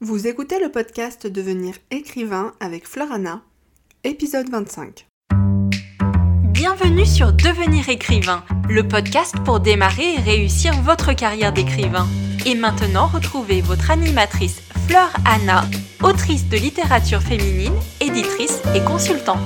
Vous écoutez le podcast Devenir écrivain avec Florana, épisode 25. Bienvenue sur Devenir écrivain, le podcast pour démarrer et réussir votre carrière d'écrivain. Et maintenant, retrouvez votre animatrice Florana, autrice de littérature féminine, éditrice et consultante.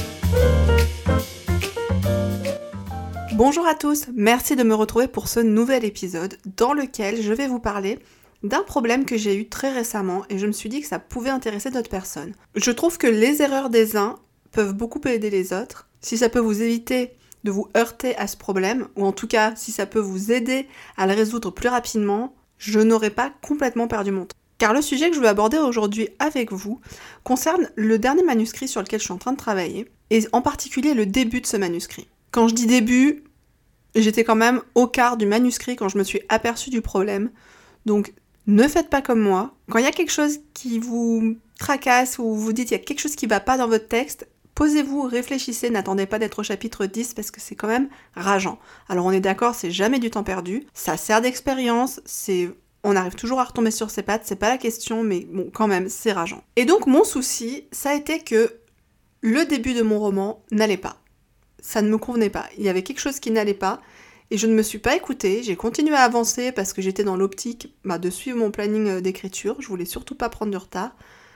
Bonjour à tous, merci de me retrouver pour ce nouvel épisode dans lequel je vais vous parler d'un problème que j'ai eu très récemment et je me suis dit que ça pouvait intéresser d'autres personnes. Je trouve que les erreurs des uns peuvent beaucoup aider les autres. Si ça peut vous éviter de vous heurter à ce problème, ou en tout cas si ça peut vous aider à le résoudre plus rapidement, je n'aurais pas complètement perdu mon temps. Car le sujet que je veux aborder aujourd'hui avec vous concerne le dernier manuscrit sur lequel je suis en train de travailler, et en particulier le début de ce manuscrit. Quand je dis début, j'étais quand même au quart du manuscrit quand je me suis aperçue du problème, donc ne faites pas comme moi. Quand il y a quelque chose qui vous tracasse ou vous dites qu'il y a quelque chose qui ne va pas dans votre texte, posez-vous, réfléchissez, n'attendez pas d'être au chapitre 10 parce que c'est quand même rageant. Alors on est d'accord, c'est jamais du temps perdu, ça sert d'expérience, on arrive toujours à retomber sur ses pattes, c'est pas la question, mais bon, quand même, c'est rageant. Et donc mon souci, ça a été que le début de mon roman n'allait pas. Ça ne me convenait pas, il y avait quelque chose qui n'allait pas, et je ne me suis pas écoutée, j'ai continué à avancer parce que j'étais dans l'optique de suivre mon planning d'écriture, je voulais surtout pas prendre du retard.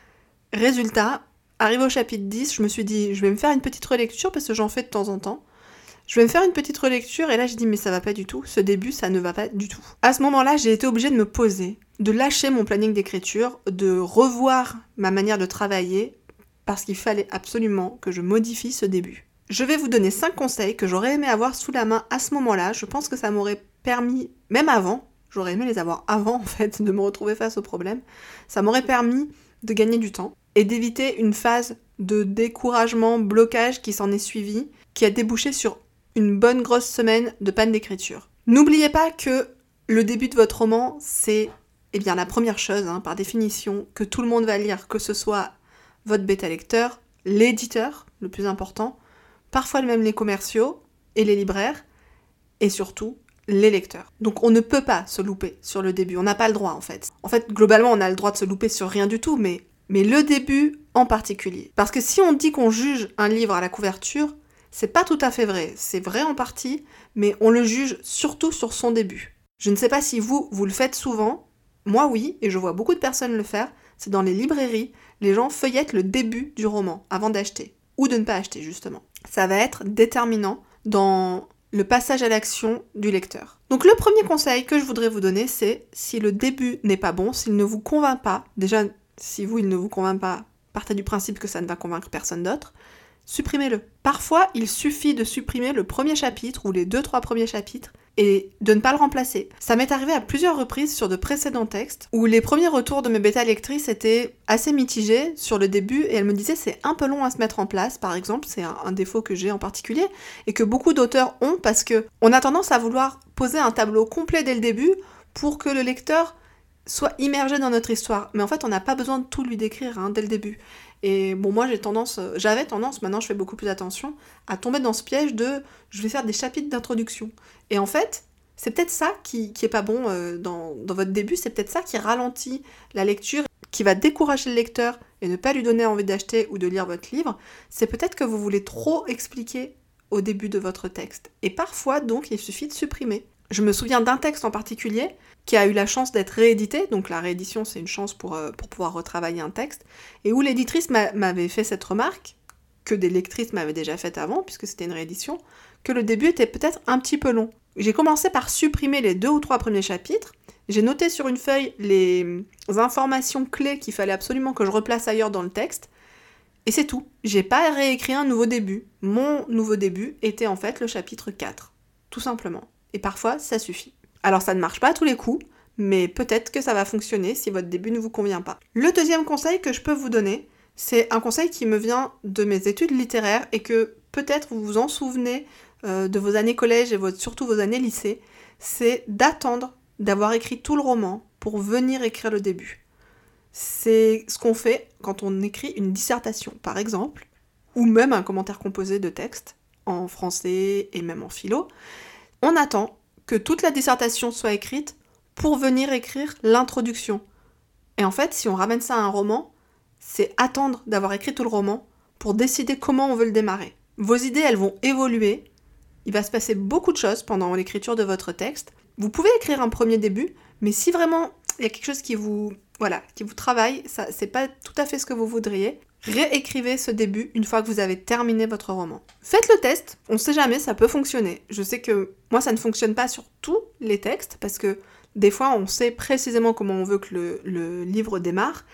Résultat, arrivé au chapitre 10, je me suis dit, je vais me faire une petite relecture parce que j'en fais de temps en temps. Je vais me faire une petite relecture et là j'ai dit mais ça va pas du tout, ce début ça ne va pas du tout. À ce moment-là, j'ai été obligée de me poser, de lâcher mon planning d'écriture, de revoir ma manière de travailler parce qu'il fallait absolument que je modifie ce début. Je vais vous donner 5 conseils que j'aurais aimé avoir sous la main à ce moment-là. Je pense que ça m'aurait permis, même avant, j'aurais aimé les avoir avant en fait, de me retrouver face au problème. Ça m'aurait permis de gagner du temps et d'éviter une phase de découragement, blocage qui s'en est suivie, qui a débouché sur une bonne grosse semaine de panne d'écriture. N'oubliez pas que le début de votre roman, c'est la première chose, par définition, que tout le monde va lire, que ce soit votre bêta-lecteur, l'éditeur, le plus important, parfois même les commerciaux et les libraires, et surtout les lecteurs. Donc on ne peut pas se louper sur le début, on n'a pas le droit en fait. En fait, globalement, on a le droit de se louper sur rien du tout, mais le début en particulier. Parce que si on dit qu'on juge un livre à la couverture, c'est pas tout à fait vrai. C'est vrai en partie, mais on le juge surtout sur son début. Je ne sais pas si vous le faites souvent, moi oui, et je vois beaucoup de personnes le faire, c'est dans les librairies, les gens feuillettent le début du roman avant d'acheter, ou de ne pas acheter justement. Ça va être déterminant dans le passage à l'action du lecteur. Donc le premier conseil que je voudrais vous donner, c'est si le début n'est pas bon, s'il ne vous convainc pas, déjà si il ne vous convainc pas, partez du principe que ça ne va convaincre personne d'autre, supprimez-le. Parfois, il suffit de supprimer le premier chapitre ou les 2-3 premiers chapitres et de ne pas le remplacer. Ça m'est arrivé à plusieurs reprises sur de précédents textes où les premiers retours de mes bêta-lectrices étaient assez mitigés sur le début et elles me disaient c'est un peu long à se mettre en place, par exemple, c'est un défaut que j'ai en particulier et que beaucoup d'auteurs ont parce que on a tendance à vouloir poser un tableau complet dès le début pour que le lecteur soit immergé dans notre histoire. Mais en fait, on n'a pas besoin de tout lui décrire dès le début. Et bon, moi j'avais tendance, maintenant je fais beaucoup plus attention, à tomber dans ce piège de je vais faire des chapitres d'introduction. Et en fait, c'est peut-être ça qui est pas bon dans votre début, c'est peut-être ça qui ralentit la lecture, qui va décourager le lecteur et ne pas lui donner envie d'acheter ou de lire votre livre. C'est peut-être que vous voulez trop expliquer au début de votre texte. Et parfois, donc, il suffit de supprimer. Je me souviens d'un texte en particulier qui a eu la chance d'être réédité, donc la réédition c'est une chance pour pouvoir retravailler un texte, et où l'éditrice m'avait fait cette remarque, que des lectrices m'avaient déjà faite avant, puisque c'était une réédition, que le début était peut-être un petit peu long. J'ai commencé par supprimer les 2 ou 3 premiers chapitres, j'ai noté sur une feuille les informations clés qu'il fallait absolument que je replace ailleurs dans le texte, et c'est tout. J'ai pas réécrit un nouveau début. Mon nouveau début était en fait le chapitre 4, tout simplement. Et parfois, ça suffit. Alors ça ne marche pas à tous les coups, mais peut-être que ça va fonctionner si votre début ne vous convient pas. Le deuxième conseil que je peux vous donner, c'est un conseil qui me vient de mes études littéraires et que peut-être vous vous en souvenez de vos années collège et surtout vos années lycée, c'est d'attendre d'avoir écrit tout le roman pour venir écrire le début. C'est ce qu'on fait quand on écrit une dissertation, par exemple, ou même un commentaire composé de texte, en français et même en philo. On attend que toute la dissertation soit écrite pour venir écrire l'introduction. Et en fait, si on ramène ça à un roman, c'est attendre d'avoir écrit tout le roman pour décider comment on veut le démarrer. Vos idées, elles vont évoluer. Il va se passer beaucoup de choses pendant l'écriture de votre texte. Vous pouvez écrire un premier début, mais si vraiment il y a quelque chose qui vous travaille, ça, c'est pas tout à fait ce que vous voudriez, réécrivez ce début une fois que vous avez terminé votre roman. Faites le test, on sait jamais, ça peut fonctionner. Je sais que moi, ça ne fonctionne pas sur tous les textes, parce que des fois, on sait précisément comment on veut que le livre démarre,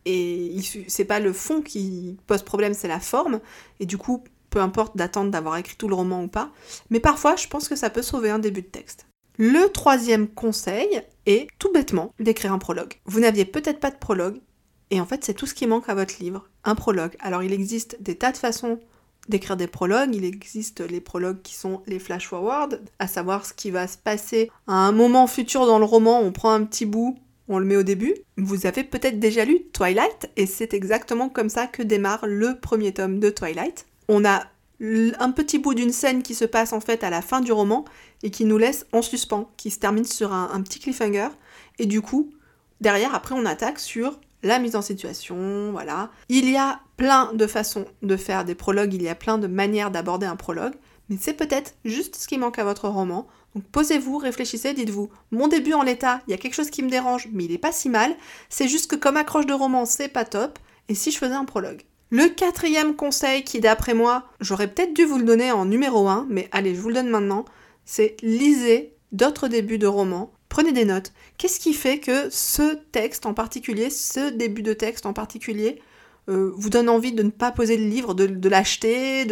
et c'est pas le fond qui pose problème, c'est la forme, et du coup, peu importe d'attendre d'avoir écrit tout le roman ou pas, mais parfois, je pense que ça peut sauver un début de texte. Le troisième conseil est, tout bêtement, d'écrire un prologue. Vous n'aviez peut-être pas de prologue, et en fait, c'est tout ce qui manque à votre livre, un prologue. Alors, il existe des tas de façons d'écrire des prologues. Il existe les prologues qui sont les flash-forward, à savoir ce qui va se passer à un moment futur dans le roman. On prend un petit bout, on le met au début. Vous avez peut-être déjà lu Twilight, et c'est exactement comme ça que démarre le premier tome de Twilight. On a un petit bout d'une scène qui se passe en fait à la fin du roman, et qui nous laisse en suspens, qui se termine sur un petit cliffhanger, et du coup, derrière, après, on attaque sur la mise en situation, voilà. Il y a plein de façons de faire des prologues, il y a plein de manières d'aborder un prologue, mais c'est peut-être juste ce qui manque à votre roman. Donc posez-vous, réfléchissez, dites-vous, mon début en l'état, il y a quelque chose qui me dérange, mais il est pas si mal, c'est juste que comme accroche de roman, c'est pas top, et si je faisais un prologue ? Le quatrième conseil qui, d'après moi, j'aurais peut-être dû vous le donner en numéro 1, mais allez, je vous le donne maintenant, c'est lisez d'autres débuts de romans. Prenez des notes. Qu'est-ce qui fait que ce texte en particulier, ce début de texte en particulier, vous donne envie de ne pas poser le livre, de l'acheter,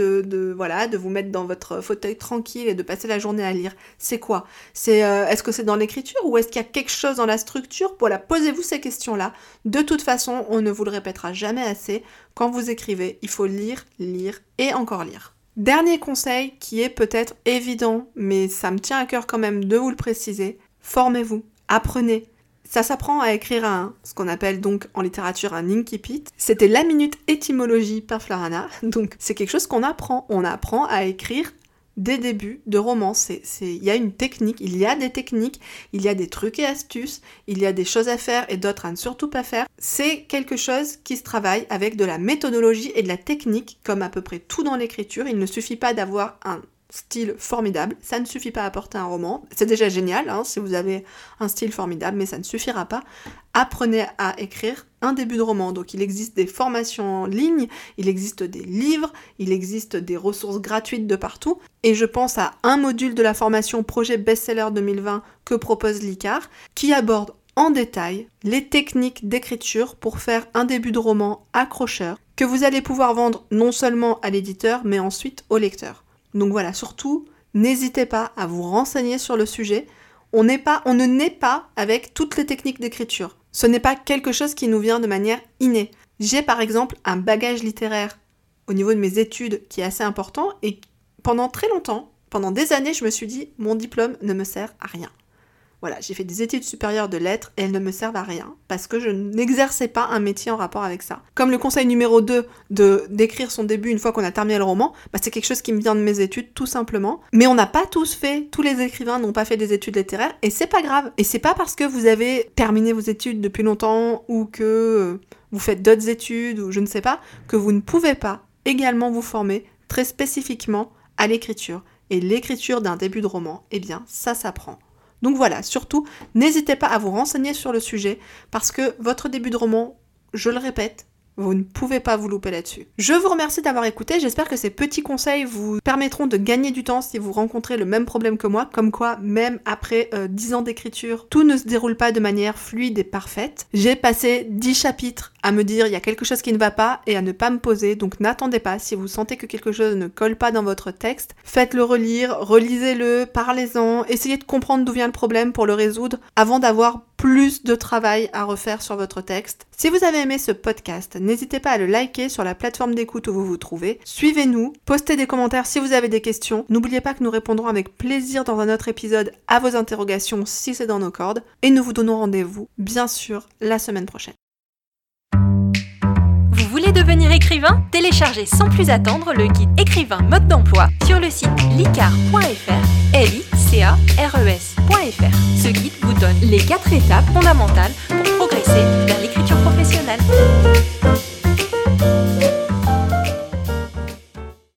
de vous mettre dans votre fauteuil tranquille et de passer la journée à lire? C'est quoi? Est-ce que c'est dans l'écriture ou est-ce qu'il y a quelque chose dans la structure? Voilà, posez-vous ces questions-là. De toute façon, on ne vous le répétera jamais assez. Quand vous écrivez, il faut lire, lire et encore lire. Dernier conseil qui est peut-être évident, mais ça me tient à cœur quand même de vous le préciser. Formez-vous, apprenez. Ça s'apprend à écrire ce qu'on appelle donc en littérature un incipit. C'était la minute étymologie par Fleur Anna. Donc c'est quelque chose qu'on apprend. On apprend à écrire des débuts de romans. Il y a une technique, il y a des techniques, il y a des trucs et astuces, il y a des choses à faire et d'autres à ne surtout pas faire. C'est quelque chose qui se travaille avec de la méthodologie et de la technique, comme à peu près tout dans l'écriture. Il ne suffit pas d'avoir un style formidable, ça ne suffit pas à porter un roman, c'est déjà génial si vous avez un style formidable, mais ça ne suffira pas. Apprenez à écrire un début de roman, donc il existe des formations en ligne, il existe des livres, il existe des ressources gratuites de partout, et je pense à un module de la formation Projet Bestseller 2020 que propose l'ICAR, qui aborde en détail les techniques d'écriture pour faire un début de roman accrocheur, que vous allez pouvoir vendre non seulement à l'éditeur, mais ensuite au lecteur. Donc voilà, surtout, n'hésitez pas à vous renseigner sur le sujet. On ne naît pas avec toutes les techniques d'écriture. Ce n'est pas quelque chose qui nous vient de manière innée. J'ai par exemple un bagage littéraire au niveau de mes études qui est assez important et pendant très longtemps, pendant des années, je me suis dit mon diplôme ne me sert à rien. Voilà, j'ai fait des études supérieures de lettres et elles ne me servent à rien parce que je n'exerçais pas un métier en rapport avec ça. Comme le conseil numéro 2 d'écrire son début une fois qu'on a terminé le roman, c'est quelque chose qui me vient de mes études tout simplement. Mais on n'a pas tous tous les écrivains n'ont pas fait des études littéraires et c'est pas grave. Et c'est pas parce que vous avez terminé vos études depuis longtemps ou que vous faites d'autres études ou je ne sais pas, que vous ne pouvez pas également vous former très spécifiquement à l'écriture. Et l'écriture d'un début de roman, ça s'apprend. Donc voilà, surtout, n'hésitez pas à vous renseigner sur le sujet parce que votre début de roman, je le répète, vous ne pouvez pas vous louper là-dessus. Je vous remercie d'avoir écouté, j'espère que ces petits conseils vous permettront de gagner du temps si vous rencontrez le même problème que moi, comme quoi même après 10 ans d'écriture, tout ne se déroule pas de manière fluide et parfaite. J'ai passé 10 chapitres à me dire il y a quelque chose qui ne va pas et à ne pas me poser, donc n'attendez pas, si vous sentez que quelque chose ne colle pas dans votre texte, faites-le relire, relisez-le, parlez-en, essayez de comprendre d'où vient le problème pour le résoudre avant d'avoir plus de travail à refaire sur votre texte. Si vous avez aimé ce podcast, n'hésitez pas à le liker sur la plateforme d'écoute où vous vous trouvez. Suivez-nous, postez des commentaires si vous avez des questions. N'oubliez pas que nous répondrons avec plaisir dans un autre épisode à vos interrogations si c'est dans nos cordes. Et nous vous donnons rendez-vous, bien sûr, la semaine prochaine. Vous voulez devenir écrivain? Téléchargez sans plus attendre le guide écrivain mode d'emploi sur le site licar.fr, licares.fr. Ce guide vous donne les 4 étapes fondamentales pour progresser vers l'écriture Bye.